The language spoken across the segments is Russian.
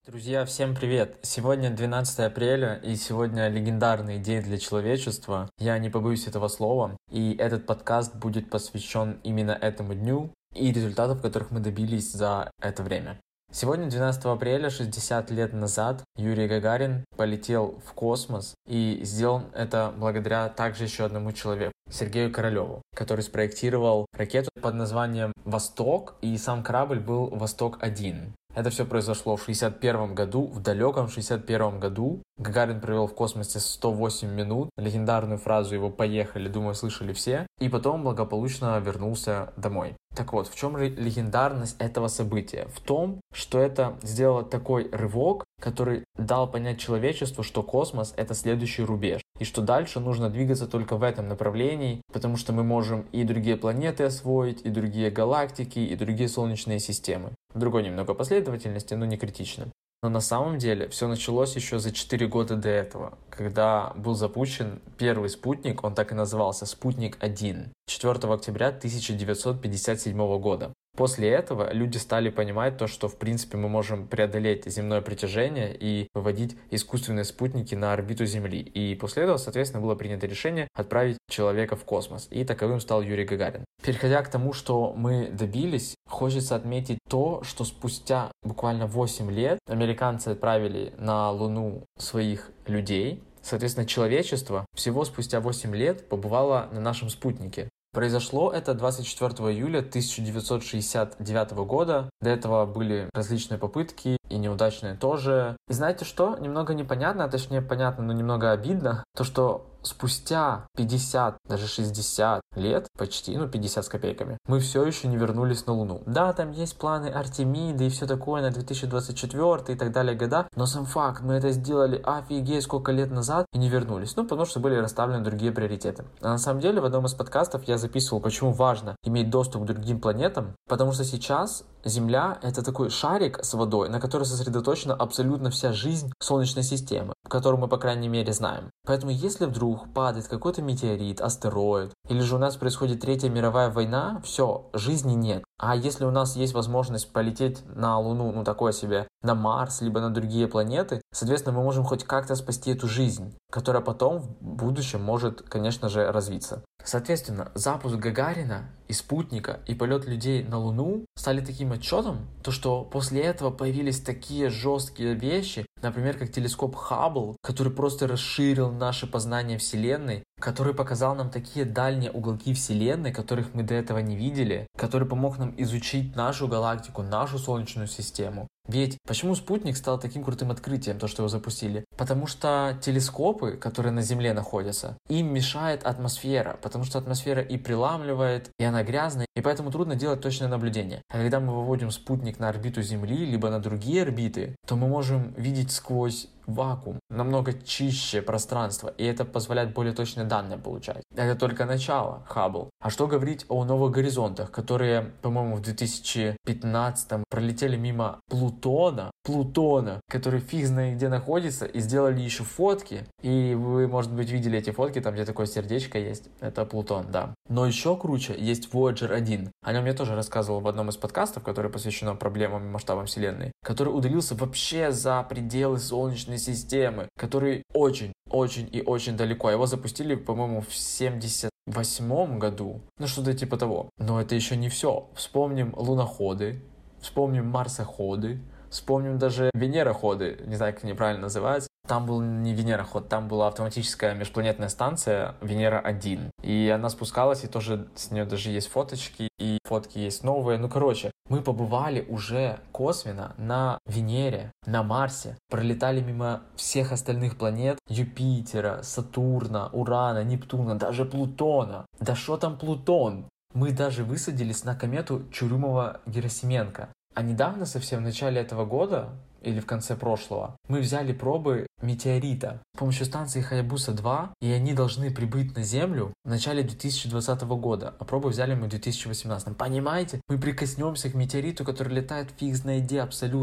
Друзья, всем привет! Сегодня 12 апреля, и сегодня легендарный день для человечества. Я не побоюсь этого слова, и этот подкаст будет посвящен именно этому дню и результатам, которых мы добились за это время. Сегодня, 12 апреля, 60 лет назад, Юрий Гагарин полетел в космос, и сделал это благодаря также еще одному человеку, Сергею Королеву, который спроектировал ракету под названием «Восток», и сам корабль был «Восток-1». Это все произошло в 61 году, в далеком 61 году. Гагарин провел в космосе 108 минут. Легендарную фразу его «поехали», думаю, слышали все. И потом благополучно вернулся домой. Так вот, в чем легендарность этого события? В том, что это сделало такой рывок, который дал понять человечеству, что космос — это следующий рубеж. И что дальше нужно двигаться только в этом направлении, потому что мы можем и другие планеты освоить, и другие галактики, и другие солнечные системы. В другой немного последовательности, но не критично. Но на самом деле все началось еще за 4 года до этого, когда был запущен первый спутник, он так и назывался, «Спутник-1», 4 октября 1957 года. После этого люди стали понимать то, что в принципе мы можем преодолеть земное притяжение и выводить искусственные спутники на орбиту Земли. И после этого, соответственно, было принято решение отправить человека в космос. И таковым стал Юрий Гагарин. Переходя к тому, что мы добились, хочется отметить то, что спустя буквально 8 лет американцы отправили на Луну своих людей. Соответственно, человечество всего спустя 8 лет побывало на нашем спутнике. Произошло это 24 июля 1969 года. До этого были различные попытки, и неудачные тоже. И знаете что? Немного непонятно, точнее понятно, но немного обидно, то что спустя 50, даже 60 лет, почти, 50 с копейками, мы все еще не вернулись на Луну. Да, там есть планы Артемиды и все такое на 2024 и так далее года, но сам факт, мы это сделали офигеть сколько лет назад и не вернулись. Потому что были расставлены другие приоритеты. А на самом деле в одном из подкастов я записывал, почему важно иметь доступ к другим планетам, потому что сейчас Земля — это такой шарик с водой, на который сосредоточена абсолютно вся жизнь Солнечной системы, которую мы, по крайней мере, знаем. Поэтому если вдруг падает какой-то метеорит, астероид, или же у нас происходит Третья мировая война, все, жизни нет. А если у нас есть возможность полететь на Луну, такое себе, на Марс, либо на другие планеты, соответственно, мы можем хоть как-то спасти эту жизнь, которая потом в будущем может, конечно же, развиться. Соответственно, запуск Гагарина и спутника и полет людей на Луну стали таким отчетом, то что после этого появились такие жесткие вещи, например, как телескоп Хаббл, который просто расширил наше познание Вселенной, который показал нам такие дальние уголки Вселенной, которых мы до этого не видели, который помог нам изучить нашу галактику, нашу Солнечную систему. Ведь почему спутник стал таким крутым открытием, то, что его запустили? Потому что телескопы, которые на Земле находятся, им мешает атмосфера, потому что атмосфера и приламливает, и она грязная, и поэтому трудно делать точное наблюдение. А когда мы выводим спутник на орбиту Земли, либо на другие орбиты, то мы можем видеть сквозь вакуум, намного чище пространство, и это позволяет более точные данные получать. Это только начало, Хаббл. А что говорить о новых горизонтах, которые, по-моему, в 2015 пролетели мимо Плутона, который фиг знает где находится, и сделали еще фотки. И вы, может быть, видели эти фотки, там где такое сердечко есть. Это Плутон, да. Но еще круче есть Voyager 1. О нем я тоже рассказывал в одном из подкастов, который посвящен проблемам и масштабам Вселенной, который удалился вообще за пределы Солнечной системы, который очень и очень далеко. Его запустили, по-моему, в 78 году. Что-то типа того. Но это еще не все. Вспомним луноходы, вспомним марсоходы, вспомним даже венероходы, не знаю, как они правильно называются. Там был не венероход, там была автоматическая межпланетная станция Венера-1. И она спускалась, и тоже с нее даже есть фоточки, и фотки есть новые. Мы побывали уже косвенно на Венере, на Марсе, пролетали мимо всех остальных планет Юпитера, Сатурна, Урана, Нептуна, даже Плутона. Да что там Плутон? Мы даже высадились на комету Чурюмова-Герасименко. А недавно, совсем в начале этого года, или в конце прошлого, мы взяли пробы метеорита с помощью станции Хаябуса-2, и они должны прибыть на Землю в начале 2020 года, а пробы взяли мы в 2018. Понимаете? Мы прикоснемся к метеориту, который летает фиг знает где абсолютно.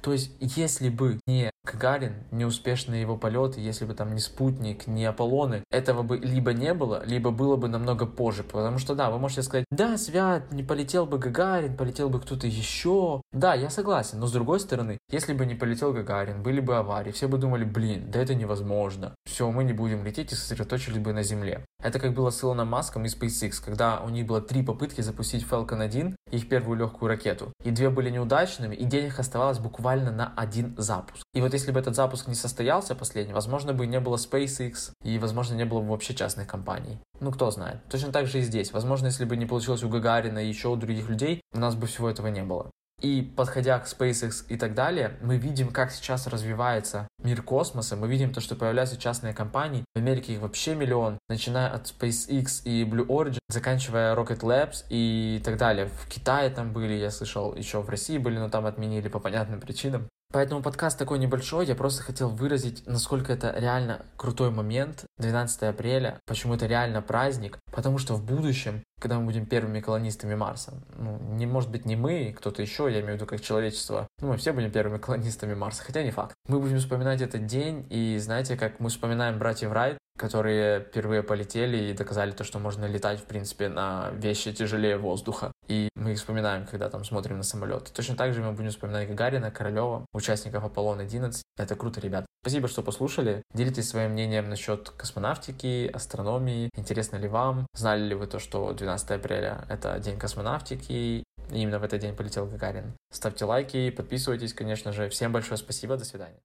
То есть, если бы не Гагарин, не успешные его полеты, если бы там не спутник, не Аполлоны, этого бы либо не было, либо было бы намного позже. Потому что, да, вы можете сказать, да, Свят, не полетел бы Гагарин, полетел бы кто-то еще. Да, я согласен, но с другой стороны, если бы не полетел Гагарин, были бы аварии, все бы думали, блин, да это невозможно. Все, мы не будем лететь и сосредоточились бы на Земле. Это как было с Илоном Маском и SpaceX, когда у них было 3 попытки запустить Falcon 1, их первую легкую ракету. И 2 были неудачными, и денег оставалось буквально на 1 запуск. И вот если бы этот запуск не состоялся последний, возможно бы не было SpaceX, и возможно не было бы вообще частных компаний. Ну, кто знает. Точно так же и здесь. Возможно, если бы не получилось у Гагарина и еще у других людей, у нас бы всего этого не было. И подходя к SpaceX и так далее, мы видим, как сейчас развивается мир космоса, мы видим то, что появляются частные компании, в Америке их вообще миллион, начиная от SpaceX и Blue Origin, заканчивая Rocket Labs и так далее. В Китае там были, я слышал, еще в России были, но там отменили по понятным причинам. Поэтому подкаст такой небольшой, я просто хотел выразить, насколько это реально крутой момент, 12 апреля, почему это реально праздник, потому что в будущем, когда мы будем первыми колонистами Марса, не может быть не мы, кто-то еще, я имею в виду как человечество, мы все будем первыми колонистами Марса, хотя не факт. Мы будем вспоминать этот день, и знаете, как мы вспоминаем братьев Райт, которые впервые полетели и доказали то, что можно летать, в принципе, на вещи тяжелее воздуха. И мы их вспоминаем, когда там смотрим на самолеты. Точно так же мы будем вспоминать Гагарина, Королева, участников Аполлон-11. Это круто, ребят. Спасибо, что послушали. Делитесь своим мнением насчет космонавтики, астрономии. Интересно ли вам? Знали ли вы то, что 12 апреля — это день космонавтики? И именно в этот день полетел Гагарин. Ставьте лайки, подписывайтесь, конечно же. Всем большое спасибо, до свидания.